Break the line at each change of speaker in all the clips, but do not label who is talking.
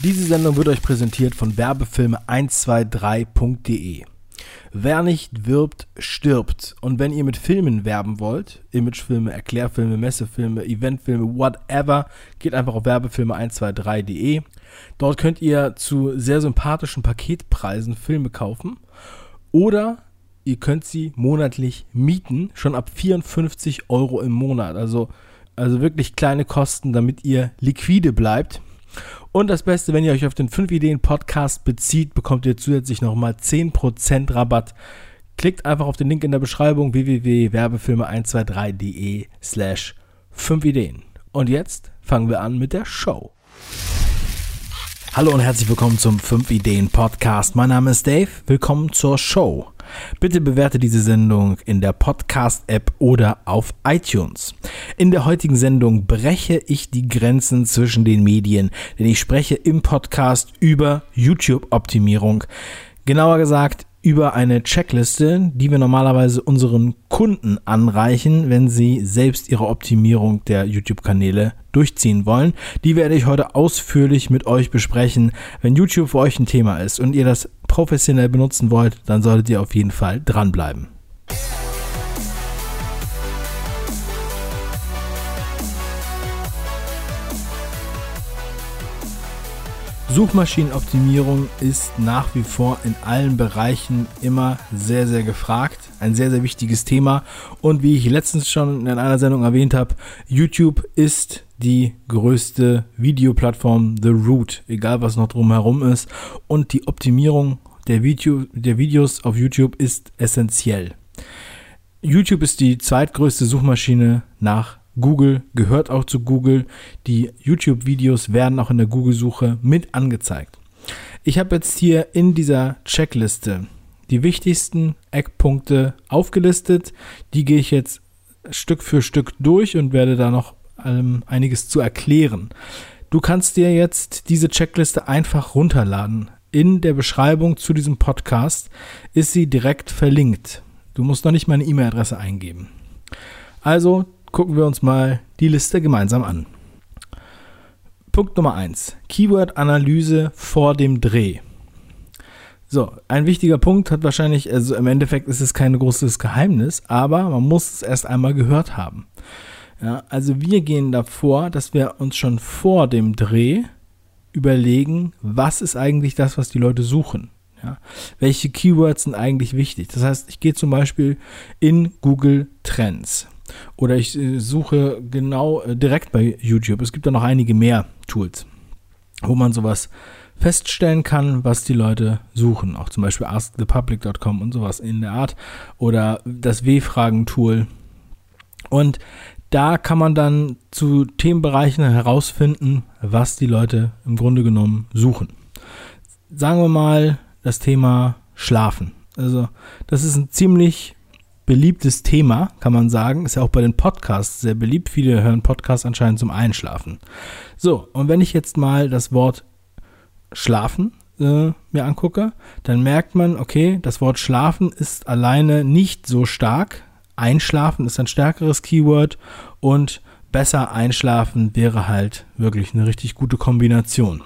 Diese Sendung wird euch präsentiert von Werbefilme123.de. Wer nicht wirbt, stirbt. Und wenn ihr mit Filmen werben wollt, Imagefilme, Erklärfilme, Messefilme, Eventfilme, whatever, geht einfach auf Werbefilme123.de. Dort könnt ihr zu sehr sympathischen Paketpreisen Filme kaufen oder ihr könnt sie monatlich mieten, schon ab 54 € im Monat. Also wirklich kleine Kosten, damit ihr liquide bleibt. Und das Beste, wenn ihr euch auf den 5-Ideen-Podcast bezieht, bekommt ihr zusätzlich nochmal 10% Rabatt. Klickt einfach auf den Link in der Beschreibung www.werbefilme123.de/5ideen. Und jetzt fangen wir an mit der Show. Hallo und herzlich willkommen zum 5-Ideen-Podcast. Mein Name ist Dave. Willkommen zur Show. Bitte bewerte diese Sendung in der Podcast-App oder auf iTunes. In der heutigen Sendung breche ich die Grenzen zwischen den Medien, denn ich spreche im Podcast über YouTube-Optimierung. Genauer gesagt über eine Checkliste, die wir normalerweise unseren Kunden anreichen, wenn sie selbst ihre Optimierung der YouTube-Kanäle durchziehen wollen. Die werde ich heute ausführlich mit euch besprechen. Wenn YouTube für euch ein Thema ist und ihr das professionell benutzen wollt, dann solltet ihr auf jeden Fall dranbleiben. Suchmaschinenoptimierung ist nach wie vor in allen Bereichen immer sehr, sehr gefragt. Ein sehr, sehr wichtiges Thema. Und wie ich letztens schon in einer Sendung erwähnt habe, YouTube ist die größte Videoplattform, the root, egal was noch drumherum ist. Und die Optimierung der Videos auf YouTube ist essentiell. YouTube ist die zweitgrößte Suchmaschine nach Google, gehört auch zu Google. Die YouTube-Videos werden auch in der Google-Suche mit angezeigt. Ich habe jetzt hier in dieser Checkliste die wichtigsten Eckpunkte aufgelistet. Die gehe ich jetzt Stück für Stück durch und werde da noch einiges zu erklären. Du kannst dir jetzt diese Checkliste einfach runterladen. In der Beschreibung zu diesem Podcast ist sie direkt verlinkt. Du musst noch nicht mal eine E-Mail-Adresse eingeben. Also gucken wir uns mal die Liste gemeinsam an. Punkt Nummer 1. Keyword-Analyse vor dem Dreh. So, ein wichtiger Punkt hat wahrscheinlich, also im Endeffekt ist es kein großes Geheimnis, aber man muss es erst einmal gehört haben. Ja, also wir gehen davor, dass wir uns schon vor dem Dreh überlegen, was ist eigentlich das, was die Leute suchen. Ja, welche Keywords sind eigentlich wichtig? Das heißt, ich gehe zum Beispiel in Google Trends. Oder ich suche genau direkt bei YouTube. Es gibt da noch einige mehr Tools, wo man sowas feststellen kann, was die Leute suchen. Auch zum Beispiel askthepublic.com und sowas in der Art. Oder das W-Fragen-Tool. Und da kann man dann zu Themenbereichen herausfinden, was die Leute im Grunde genommen suchen. Sagen wir mal das Thema Schlafen. Also das ist ein ziemlich beliebtes Thema, kann man sagen. Ist ja auch bei den Podcasts sehr beliebt. Viele hören Podcasts anscheinend zum Einschlafen. So, und wenn ich jetzt mal das Wort Schlafen mir angucke, dann merkt man, okay, das Wort Schlafen ist alleine nicht so stark. Einschlafen ist ein stärkeres Keyword und besser einschlafen wäre halt wirklich eine richtig gute Kombination.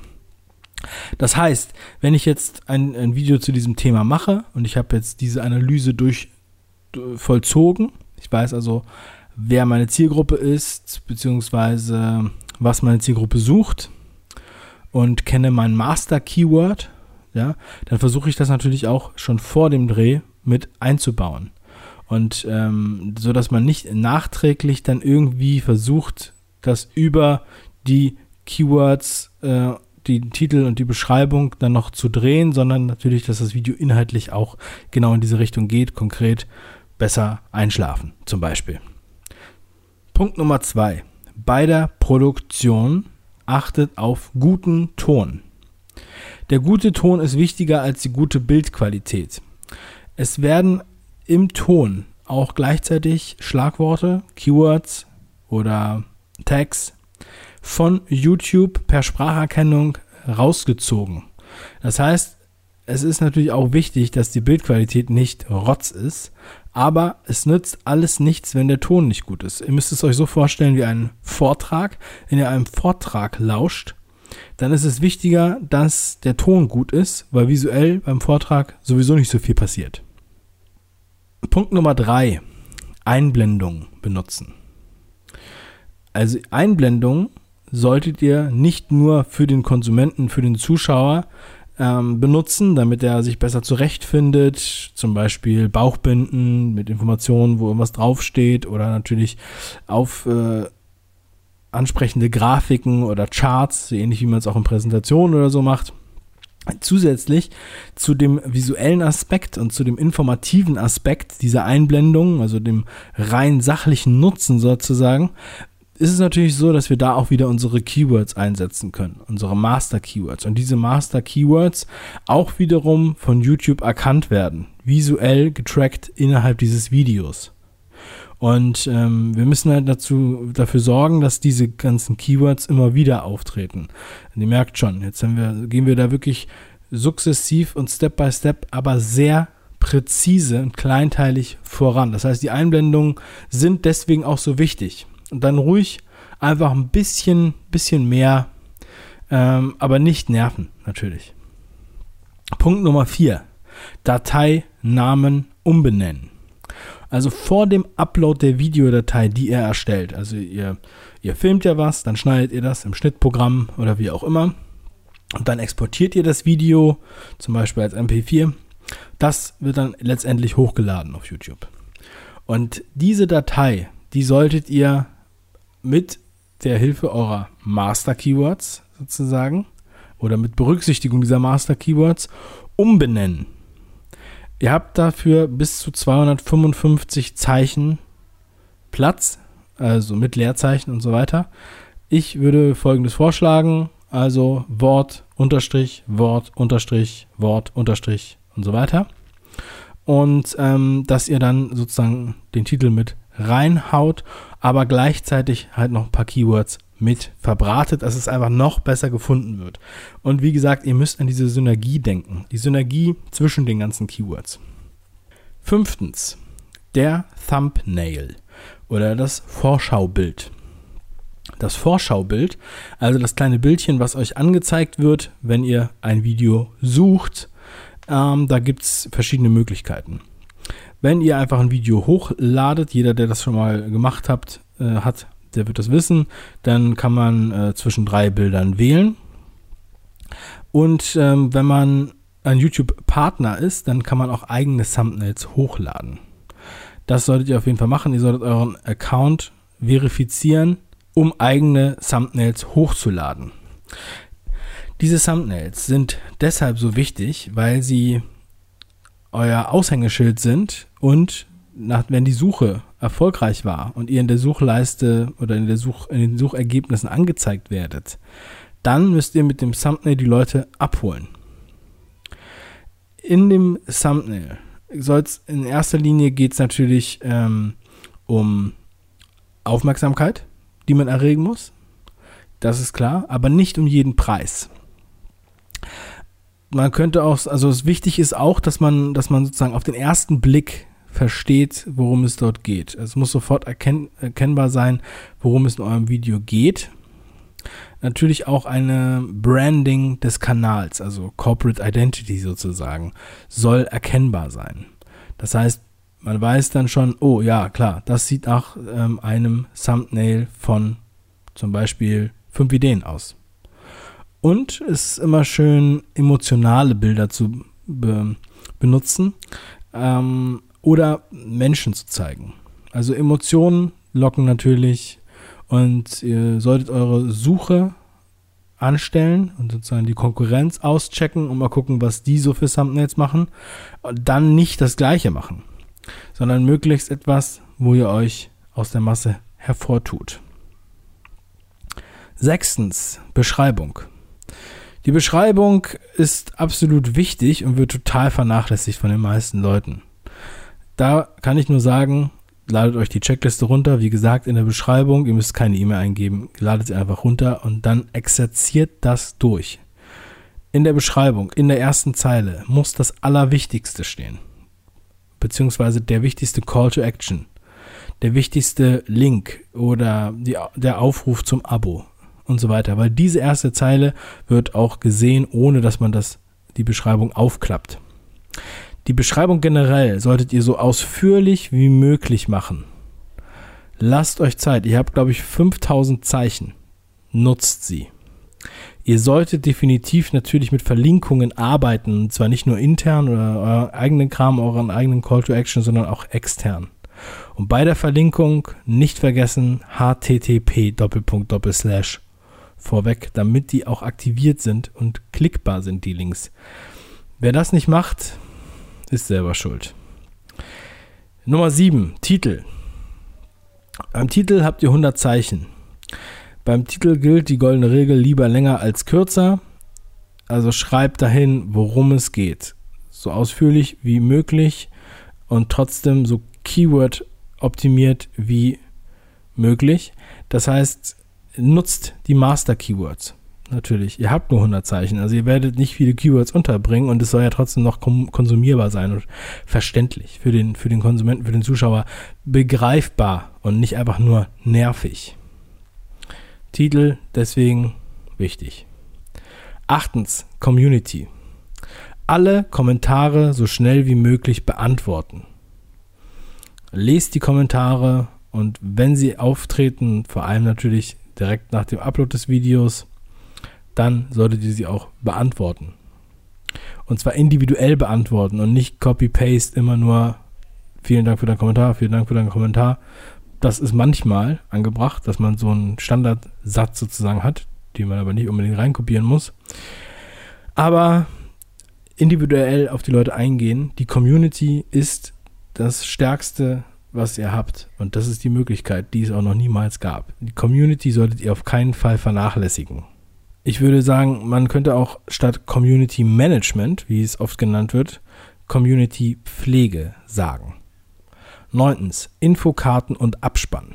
Das heißt, wenn ich jetzt ein Video zu diesem Thema mache und ich habe jetzt diese Analyse vollzogen. Ich weiß also, wer meine Zielgruppe ist, beziehungsweise was meine Zielgruppe sucht und kenne mein Master-Keyword, ja, dann versuche ich das natürlich auch schon vor dem Dreh mit einzubauen. Und so, dass man nicht nachträglich dann irgendwie versucht, das über die Keywords, die Titel und die Beschreibung dann noch zu drehen, sondern natürlich, dass das Video inhaltlich auch genau in diese Richtung geht, konkret besser einschlafen zum Beispiel. Punkt Nummer 2. Bei der Produktion achtet auf guten Ton. Der gute Ton ist wichtiger als die gute Bildqualität. Es werden im Ton auch gleichzeitig Schlagworte, Keywords oder Tags von YouTube per Spracherkennung rausgezogen. Das heißt, es ist natürlich auch wichtig, dass die Bildqualität nicht Rotz ist, aber es nützt alles nichts, wenn der Ton nicht gut ist. Ihr müsst es euch so vorstellen wie einen Vortrag. Wenn ihr einem Vortrag lauscht, dann ist es wichtiger, dass der Ton gut ist, weil visuell beim Vortrag sowieso nicht so viel passiert. Punkt Nummer 3, Einblendungen benutzen. Also Einblendungen solltet ihr nicht nur für den Konsumenten, für den Zuschauer benutzen, damit er sich besser zurechtfindet, zum Beispiel Bauchbinden mit Informationen, wo irgendwas draufsteht oder natürlich auf ansprechende Grafiken oder Charts, so ähnlich wie man es auch in Präsentationen oder so macht. Zusätzlich zu dem visuellen Aspekt und zu dem informativen Aspekt dieser Einblendung, also dem rein sachlichen Nutzen sozusagen, ist es natürlich so, dass wir da auch wieder unsere Keywords einsetzen können, unsere Master-Keywords. Und diese Master-Keywords auch wiederum von YouTube erkannt werden, visuell getrackt innerhalb dieses Videos. Und wir müssen halt dafür sorgen, dass diese ganzen Keywords immer wieder auftreten. Und ihr merkt schon, jetzt gehen wir da wirklich sukzessiv und Step by Step, aber sehr präzise und kleinteilig voran. Das heißt, die Einblendungen sind deswegen auch so wichtig. Und dann ruhig einfach ein bisschen mehr, aber nicht nerven, natürlich. Punkt Nummer 4. Dateinamen umbenennen. Also vor dem Upload der Videodatei, die ihr erstellt. Also ihr filmt ja was, dann schneidet ihr das im Schnittprogramm oder wie auch immer. Und dann exportiert ihr das Video, zum Beispiel als MP4. Das wird dann letztendlich hochgeladen auf YouTube. Und diese Datei, die solltet ihr mit der Hilfe eurer Master-Keywords sozusagen oder mit Berücksichtigung dieser Master-Keywords umbenennen. Ihr habt dafür bis zu 255 Zeichen Platz, also mit Leerzeichen und so weiter. Ich würde Folgendes vorschlagen, also Wort, Unterstrich, Wort, Unterstrich, Wort, Unterstrich und so weiter. Und dass ihr dann sozusagen den Titel mit reinhaut, aber gleichzeitig halt noch ein paar Keywords mit verbratet, dass es einfach noch besser gefunden wird. Und wie gesagt, ihr müsst an diese Synergie denken, die Synergie zwischen den ganzen Keywords. 5. Der Thumbnail oder das Vorschaubild. Das Vorschaubild, also das kleine Bildchen, was euch angezeigt wird, wenn ihr ein Video sucht, da gibt es verschiedene Möglichkeiten. Wenn ihr einfach ein Video hochladet, jeder, der das schon mal gemacht hat, der wird das wissen, dann kann man zwischen 3 Bildern wählen. Und wenn man ein YouTube-Partner ist, dann kann man auch eigene Thumbnails hochladen. Das solltet ihr auf jeden Fall machen. Ihr solltet euren Account verifizieren, um eigene Thumbnails hochzuladen. Diese Thumbnails sind deshalb so wichtig, weil sie euer Aushängeschild sind und wenn die Suche erfolgreich war und ihr in der Suchleiste oder in den Suchergebnissen angezeigt werdet, dann müsst ihr mit dem Thumbnail die Leute abholen. In dem Thumbnail in erster Linie geht es natürlich um Aufmerksamkeit, die man erregen muss. Das ist klar, aber nicht um jeden Preis. Man könnte auch, also wichtig ist auch, dass man sozusagen auf den ersten Blick versteht, worum es dort geht. Es muss sofort erkennbar sein, worum es in eurem Video geht. Natürlich auch eine Branding des Kanals, also Corporate Identity sozusagen, soll erkennbar sein. Das heißt, man weiß dann schon, oh ja, klar, das sieht nach einem Thumbnail von zum Beispiel 5 Ideen aus. Und es ist immer schön, emotionale Bilder zu benutzen oder Menschen zu zeigen. Also Emotionen locken natürlich und ihr solltet eure Suche anstellen und sozusagen die Konkurrenz auschecken und mal gucken, was die so für Thumbnails machen. Und dann nicht das Gleiche machen, sondern möglichst etwas, wo ihr euch aus der Masse hervortut. 6. Beschreibung. Die Beschreibung ist absolut wichtig und wird total vernachlässigt von den meisten Leuten. Da kann ich nur sagen, ladet euch die Checkliste runter. Wie gesagt, in der Beschreibung, ihr müsst keine E-Mail eingeben, ladet sie einfach runter und dann exerziert das durch. In der Beschreibung, in der ersten Zeile, muss das Allerwichtigste stehen. Beziehungsweise der wichtigste Call to Action, der wichtigste Link oder der Aufruf zum Abo und so weiter. Weil diese erste Zeile wird auch gesehen, ohne dass man die Beschreibung aufklappt. Die Beschreibung generell solltet ihr so ausführlich wie möglich machen. Lasst euch Zeit. Ihr habt, glaube ich, 5000 Zeichen. Nutzt sie. Ihr solltet definitiv natürlich mit Verlinkungen arbeiten. Und zwar nicht nur intern oder euren eigenen Kram, euren eigenen Call to Action, sondern auch extern. Und bei der Verlinkung nicht vergessen http:// vorweg, damit die auch aktiviert sind und klickbar sind, die Links. Wer das nicht macht, ist selber schuld. Nummer 7, Titel. Beim Titel habt ihr 100 Zeichen. Beim Titel gilt die goldene Regel, lieber länger als kürzer. Also schreibt dahin, worum es geht. So ausführlich wie möglich und trotzdem so Keyword optimiert wie möglich. Das heißt, nutzt die Master Keywords. Natürlich, ihr habt nur 100 Zeichen, also ihr werdet nicht viele Keywords unterbringen und es soll ja trotzdem noch konsumierbar sein und verständlich für den Konsumenten, für den Zuschauer begreifbar und nicht einfach nur nervig. Titel deswegen wichtig. 8. Community. Alle Kommentare so schnell wie möglich beantworten. Lest die Kommentare und wenn sie auftreten, vor allem natürlich direkt nach dem Upload des Videos, dann solltet ihr sie auch beantworten. Und zwar individuell beantworten und nicht Copy-Paste, immer nur vielen Dank für deinen Kommentar, vielen Dank für deinen Kommentar. Das ist manchmal angebracht, dass man so einen Standardsatz sozusagen hat, den man aber nicht unbedingt reinkopieren muss. Aber individuell auf die Leute eingehen. Die Community ist das Stärkste, was ihr habt. Und das ist die Möglichkeit, die es auch noch niemals gab. Die Community solltet ihr auf keinen Fall vernachlässigen. Ich würde sagen, man könnte auch statt Community Management, wie es oft genannt wird, Community Pflege sagen. 9. Infokarten und Abspann.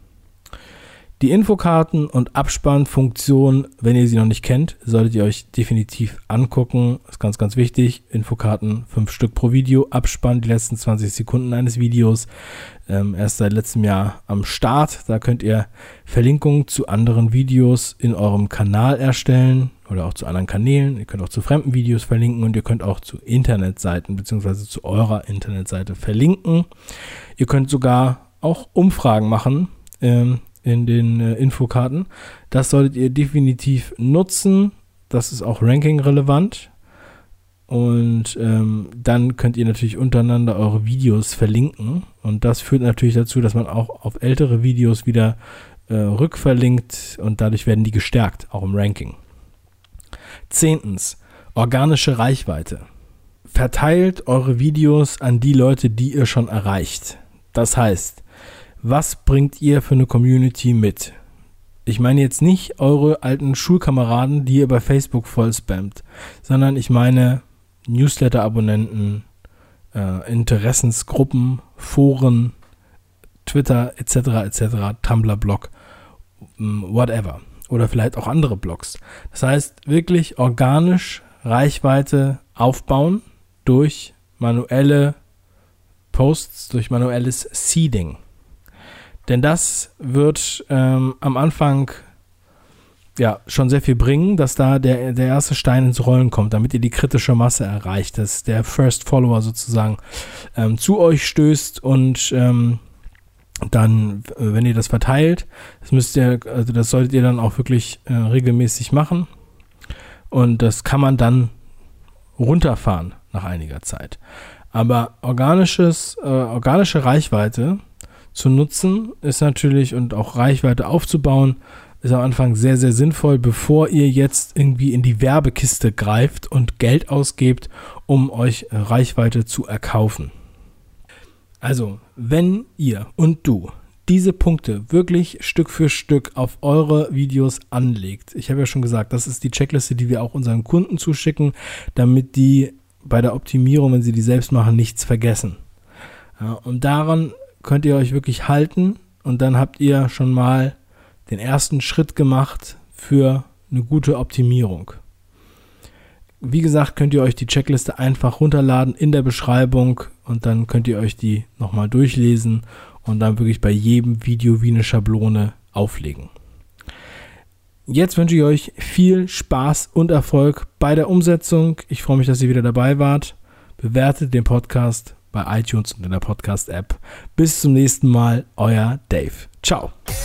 Die Infokarten und Abspannfunktion, wenn ihr sie noch nicht kennt, solltet ihr euch definitiv angucken. Das ist ganz, ganz wichtig. Infokarten 5 Stück pro Video, Abspann die letzten 20 Sekunden eines Videos. Erst seit letztem Jahr am Start. Da könnt ihr Verlinkungen zu anderen Videos in eurem Kanal erstellen oder auch zu anderen Kanälen. Ihr könnt auch zu fremden Videos verlinken und ihr könnt auch zu Internetseiten bzw. zu eurer Internetseite verlinken. Ihr könnt sogar auch Umfragen machen in den Infokarten. Das solltet ihr definitiv nutzen. Das ist auch ranking-relevant. Und dann könnt ihr natürlich untereinander eure Videos verlinken. Und das führt natürlich dazu, dass man auch auf ältere Videos wieder rückverlinkt und dadurch werden die gestärkt, auch im Ranking. 10. Organische Reichweite. Verteilt eure Videos an die Leute, die ihr schon erreicht. Das heißt, was bringt ihr für eine Community mit? Ich meine jetzt nicht eure alten Schulkameraden, die ihr bei Facebook voll spammt, sondern ich meine Newsletter-Abonnenten, Interessensgruppen, Foren, Twitter etc., Tumblr-Blog, whatever. Oder vielleicht auch andere Blogs. Das heißt, wirklich organisch Reichweite aufbauen durch manuelle Posts, durch manuelles Seeding. Denn das wird am Anfang ja schon sehr viel bringen, dass da der erste Stein ins Rollen kommt, damit ihr die kritische Masse erreicht, dass der First Follower sozusagen zu euch stößt und dann, wenn ihr das verteilt, das solltet ihr dann auch wirklich regelmäßig machen und das kann man dann runterfahren nach einiger Zeit. Aber organische Reichweite zu nutzen ist natürlich und auch Reichweite aufzubauen, ist am Anfang sehr, sehr sinnvoll, bevor ihr jetzt irgendwie in die Werbekiste greift und Geld ausgebt, um euch Reichweite zu erkaufen. Also, wenn ihr und du diese Punkte wirklich Stück für Stück auf eure Videos anlegt, ich habe ja schon gesagt, das ist die Checkliste, die wir auch unseren Kunden zuschicken, damit die bei der Optimierung, wenn sie die selbst machen, nichts vergessen. Ja, und daran könnt ihr euch wirklich halten und dann habt ihr schon mal den ersten Schritt gemacht für eine gute Optimierung. Wie gesagt, könnt ihr euch die Checkliste einfach runterladen in der Beschreibung und dann könnt ihr euch die nochmal durchlesen und dann wirklich bei jedem Video wie eine Schablone auflegen. Jetzt wünsche ich euch viel Spaß und Erfolg bei der Umsetzung. Ich freue mich, dass ihr wieder dabei wart. Bewertet den Podcast bei iTunes und in der Podcast-App. Bis zum nächsten Mal, euer Dave. Ciao.